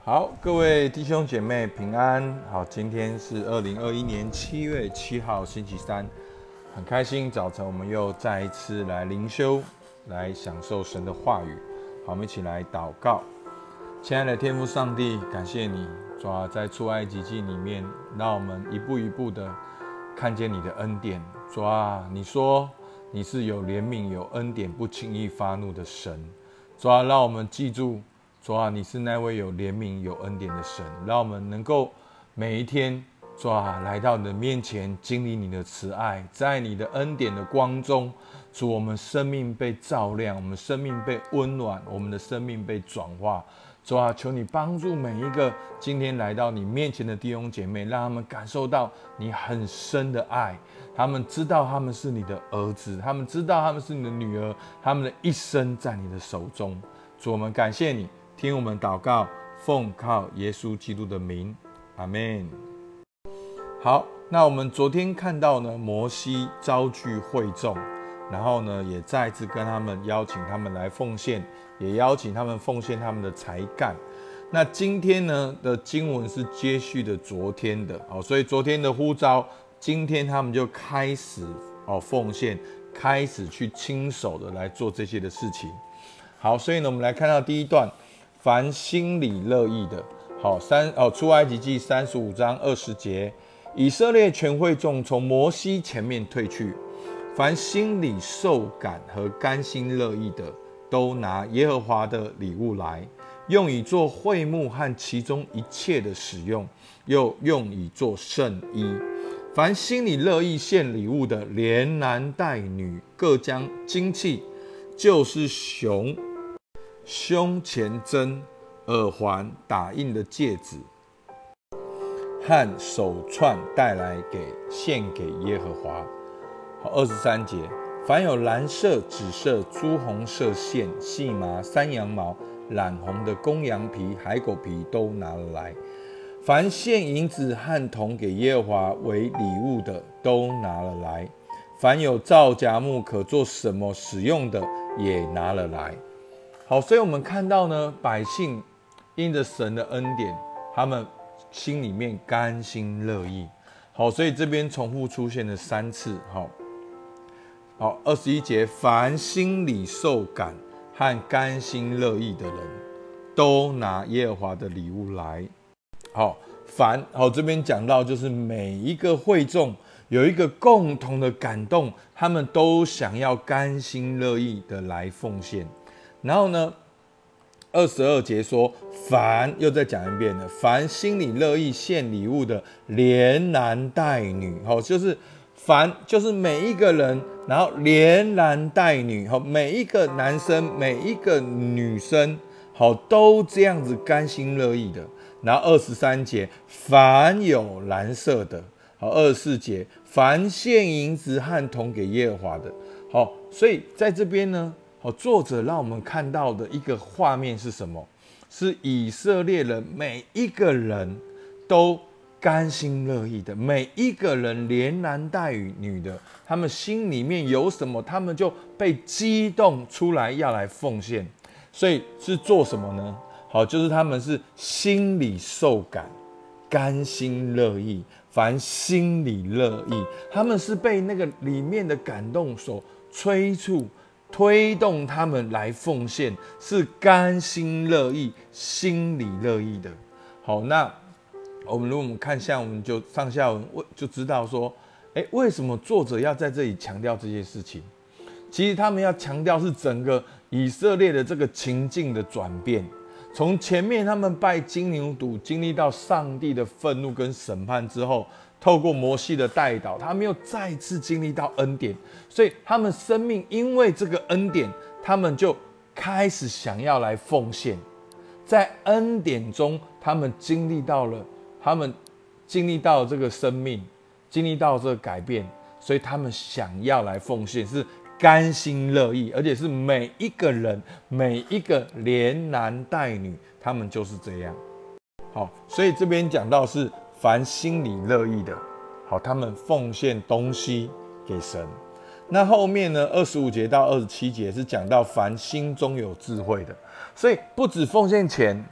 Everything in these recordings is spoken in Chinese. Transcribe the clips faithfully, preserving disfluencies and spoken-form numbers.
好，各位弟兄姐妹平安。好，今天是二零二一年七月七号星期三，很开心早晨我们又再一次来灵修，来享受神的话语。好，我们一起来祷告。亲爱的天父上帝，感谢你，主啊，在出埃及记里面，让我们一步一步的看见你的恩典。主啊，你说你是有怜悯、有恩典、不轻易发怒的神。主啊，让我们记住。主啊，你是那位有怜悯、有恩典的神，让我们能够每一天，主啊，来到你的面前，经历你的慈爱，在你的恩典的光中，主，我们生命被照亮，我们生命被温暖，我们的生命被转化。主啊，求你帮助每一个今天来到你面前的弟兄姐妹，让他们感受到你很深的爱，他们知道他们是你的儿子，他们知道他们是你的女儿，他们的一生在你的手中。主，我们感谢你。听我们祷告，奉靠耶稣基督的名，阿们。好，那我们昨天看到呢，摩西召聚会众，然后呢，也再次跟他们邀请他们来奉献，也邀请他们奉献他们的才干。那今天呢的经文是接续的昨天的，好，所以昨天的呼召，今天他们就开始哦奉献，开始去亲手的来做这些的事情。好，所以呢，我们来看到第一段。凡心里乐意的，好三哦，出埃及记三十五章二十节，以色列全会众从摩西前面退去，凡心里受感和甘心乐意的，都拿耶和华的礼物来，用以做会幕和其中一切的使用，又用以做圣衣。凡心里乐意献礼物的，连男带女，各将金器，就是熊。胸前针、耳环、打印的戒指和手串带来给献给耶和华。好，二十三节，凡有蓝色、紫色、朱红色线、细麻、山羊毛、染红的公羊皮、海狗皮都拿了来。凡献银子和铜给耶和华为礼物的，都拿了来。凡有皂荚木可做什么使用的，也拿了来。好，所以我们看到呢，百姓因着神的恩典，他们心里面甘心乐意。好，所以这边重复出现了三次。好，好，二十一节，凡心里受感和甘心乐意的人，都拿耶和华的礼物来。好，凡好这边讲到，就是每一个会众有一个共同的感动，他们都想要甘心乐意的来奉献。然后呢，二十二节说，凡又再讲一遍了，凡心里乐意献礼物的，连男带女，好，就是凡就是每一个人，然后连男带女，好，每一个男生，每一个女生，好，都这样子甘心乐意的。然后二十三节，凡有蓝色的，好，二十四节，凡献银子和铜给耶和华的，好，所以在这边呢。作者让我们看到的一个画面是什么？是以色列人每一个人都甘心乐意的，每一个人连男带女的，他们心里面有什么，他们就被激动出来要来奉献。所以是做什么呢？好，就是他们是心里受感，甘心乐意。凡心里乐意，他们是被那个里面的感动所催促。推动他们来奉献，是甘心乐意、心里乐意的。好，那我们如果我们看下，我们就上下文就知道说，哎，为什么作者要在这里强调这些事情？其实他们要强调是整个以色列的这个情境的转变，从前面他们拜金牛犊，经历到上帝的愤怒跟审判之后。透过摩西的带导，他们又再次经历到恩典，所以他们生命因为这个恩典，他们就开始想要来奉献。在恩典中，他们经历到了，他们经历到了这个生命，经历到这个改变，所以他们想要来奉献，是甘心乐意，而且是每一个人，每一个连男带女，他们就是这样。好，所以这边讲到是。凡心里乐意的，好，他们奉献东西给神。那后面呢，二十五节到二十七节是讲到凡心中有智慧的，所以不止奉献钱，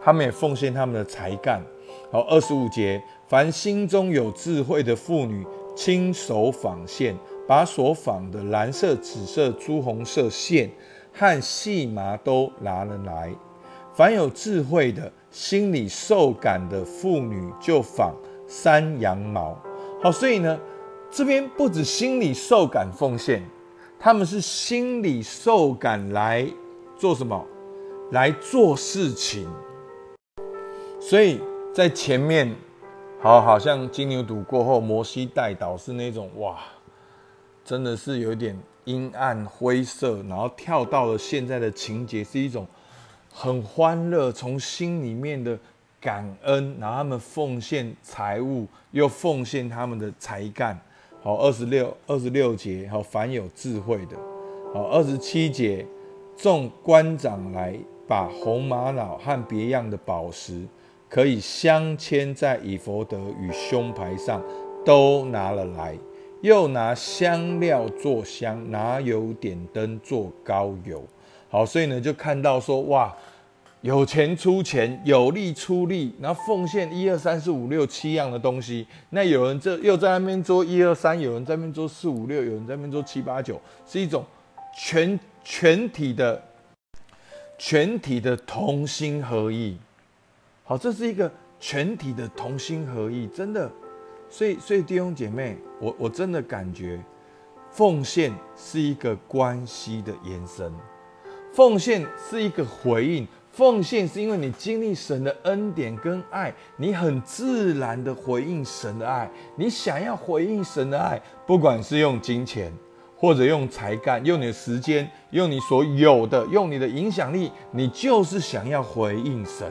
他们也奉献他们的才干。好，二十五节，凡心中有智慧的妇女，亲手纺线，把所纺的蓝色、紫色、朱红色线和细麻都拿了来。凡有智慧的、心里受感的妇女，就纺山羊毛。好，所以呢，这边不止心里受感奉献，他们是心里受感来做什么？来做事情。所以在前面，好，好像金牛犊过后，摩西带导是那种哇，真的是有点阴暗灰色，然后跳到了现在的情节，是一种很欢乐，从心里面的感恩，然后他们奉献财物，又奉献他们的才干。好，二十六二十六节，好，凡有智慧的。好，二十七节，众官长来，把红玛瑙和别样的宝石，可以镶嵌在以弗得与胸牌上，都拿了来，又拿香料做香，拿油点灯做膏油。好，所以呢，就看到说，哇，有钱出钱，有力出力，然后奉献一二三四五六七样的东西。那有人这又在那边做一二三，有人在那边做四五六，有人在那边做七八九，是一种全全体的全体的同心合意。好，这是一个全体的同心合意，真的。所以，所以弟兄姐妹，我我真的感觉，奉献是一个关系的延伸，奉献是一个回应，奉献是因为你经历神的恩典跟爱，你很自然的回应神的爱。你想要回应神的爱，不管是用金钱，或者用才干，用你的时间，用你所有的，用你的影响力，你就是想要回应神。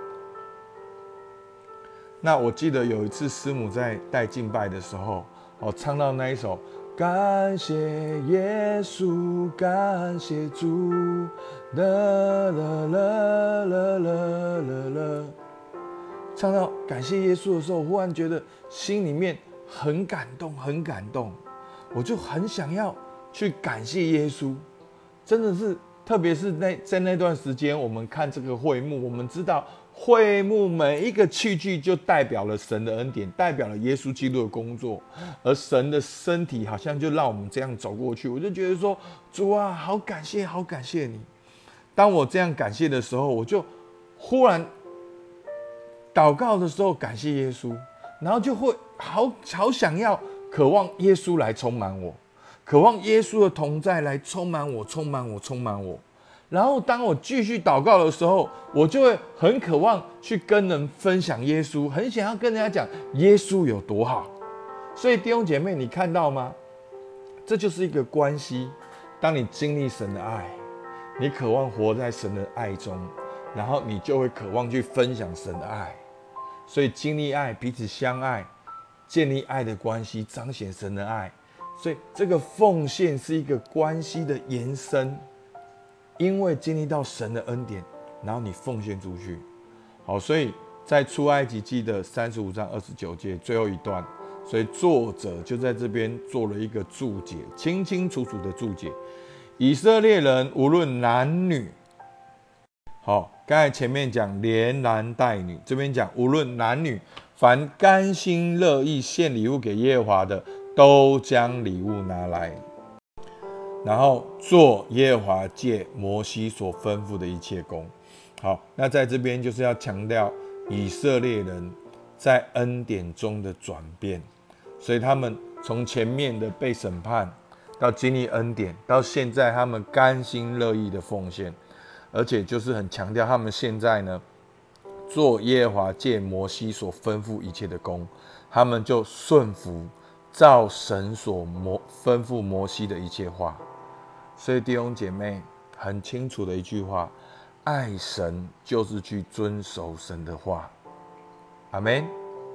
那我记得有一次师母在带敬拜的时候，我唱到那一首感谢耶稣，感谢主，啦啦啦啦啦啦啦，唱到感谢耶稣的时候，我忽然觉得心里面很感动，很感动，我就很想要去感谢耶稣，真的是，特别是在在那段时间，我们看这个会幕，我们知道。会幕每一个器具就代表了神的恩典，代表了耶稣基督的工作，而神的身体好像就让我们这样走过去。我就觉得说，主啊，好感谢，好感谢你。当我这样感谢的时候，我就忽然祷告的时候感谢耶稣，然后就会好好想要渴望耶稣来充满我，渴望耶稣的同在来充满我，充满我，充满我。然后当我继续祷告的时候，我就会很渴望去跟人分享耶稣，很想要跟人家讲耶稣有多好。所以弟兄姐妹，你看到吗？这就是一个关系。当你经历神的爱，你渴望活在神的爱中，然后你就会渴望去分享神的爱。所以经历爱，彼此相爱，建立爱的关系，彰显神的爱。所以这个奉献是一个关系的延伸。因为经历到神的恩典，然后你奉献出去。好，所以在出埃及记的三十五章二十九节最后一段，所以作者就在这边做了一个注解，清清楚楚的注解。以色列人无论男女，好，刚才前面讲连男带女，这边讲无论男女，凡甘心乐意献礼物给耶和华的，都将礼物拿来。然后做耶和华借摩西所吩咐的一切工。好，那在这边就是要强调以色列人在恩典中的转变，所以他们从前面的被审判，到经历恩典，到现在他们甘心乐意的奉献，而且就是很强调他们现在呢，做耶和华借摩西所吩咐一切的工，他们就顺服照神所摩吩咐摩西的一切话。所以弟兄姐妹很清楚的一句话，爱神就是去遵守神的话。阿们。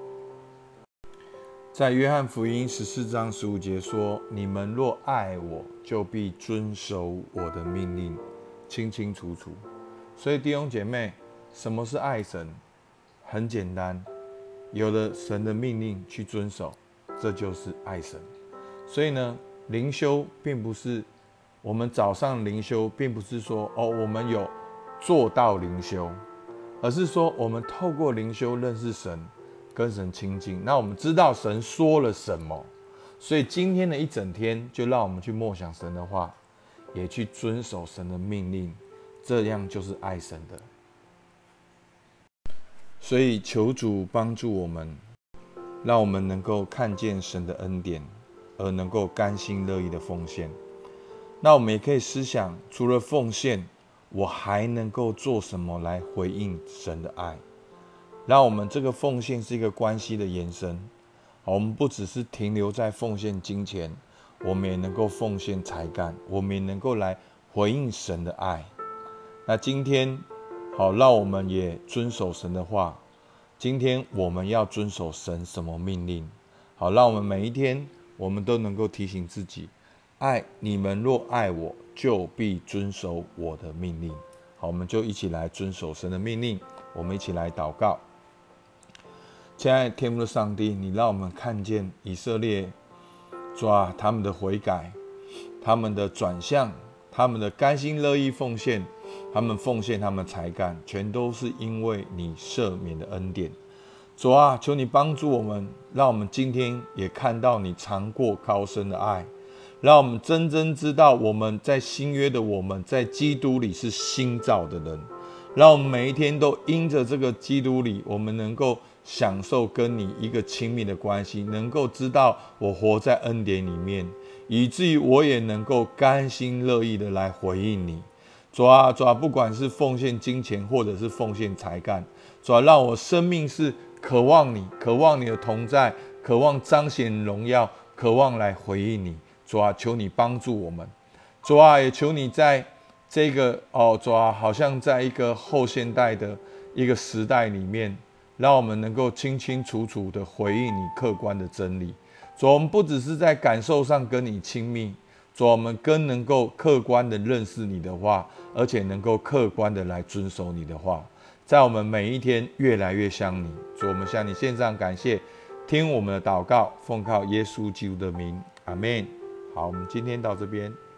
在约翰福音十四章十五节说，你们若爱我，就必遵守我的命令，清清楚楚。所以弟兄姐妹，什么是爱神？很简单，有了神的命令去遵守，这就是爱神。所以呢，灵修并不是我们早上灵修，并不是说哦，我们有做到灵修， 而是说我们透过灵修认识神，跟神亲近。那我们知道神说了什么，所以今天的一整天就让我们去默想神的话，也去遵守神的命令，这样就是爱神的。所以求主帮助我们，让我们能够看见神的恩典，而能够甘心乐意的奉献。那我们也可以思想，除了奉献，我还能够做什么来回应神的爱？让我们这个奉献是一个关系的延伸。我们不只是停留在奉献金钱，我们也能够奉献才干，我们也能够来回应神的爱。那今天，好，让我们也遵守神的话。今天我们要遵守神什么命令？好，让我们每一天，我们都能够提醒自己。爱你们若爱我，就必遵守我的命令。好，我们就一起来遵守神的命令。我们一起来祷告。亲爱的天父的上帝，你让我们看见以色列，主啊，他们的悔改，他们的转向，他们的甘心乐意奉献，他们奉献他们的才干，全都是因为你赦免的恩典。主啊，求你帮助我们，让我们今天也看到你长过高深的爱。让我们真正知道我们在新约的我们在基督里是新造的人，让我们每一天都因着这个基督里，我们能够享受跟你一个亲密的关系，能够知道我活在恩典里面，以至于我也能够甘心乐意的来回应你。主啊，主啊，不管是奉献金钱或者是奉献才干，主啊，让我生命是渴望你，渴望你的同在，渴望彰显荣耀，渴望来回应你。主啊，求你帮助我们。主啊，也求你在这个哦，主啊，好像在一个后现代的一个时代里面，让我们能够清清楚楚的回应你客观的真理。主啊，我们不只是在感受上跟你亲密，主啊，我们更能够客观的认识你的话，而且能够客观的来遵守你的话，在我们每一天越来越像你。主，我们向你献上感谢，听我们的祷告，奉靠耶稣基督的名，阿们。好，我们今天到这边。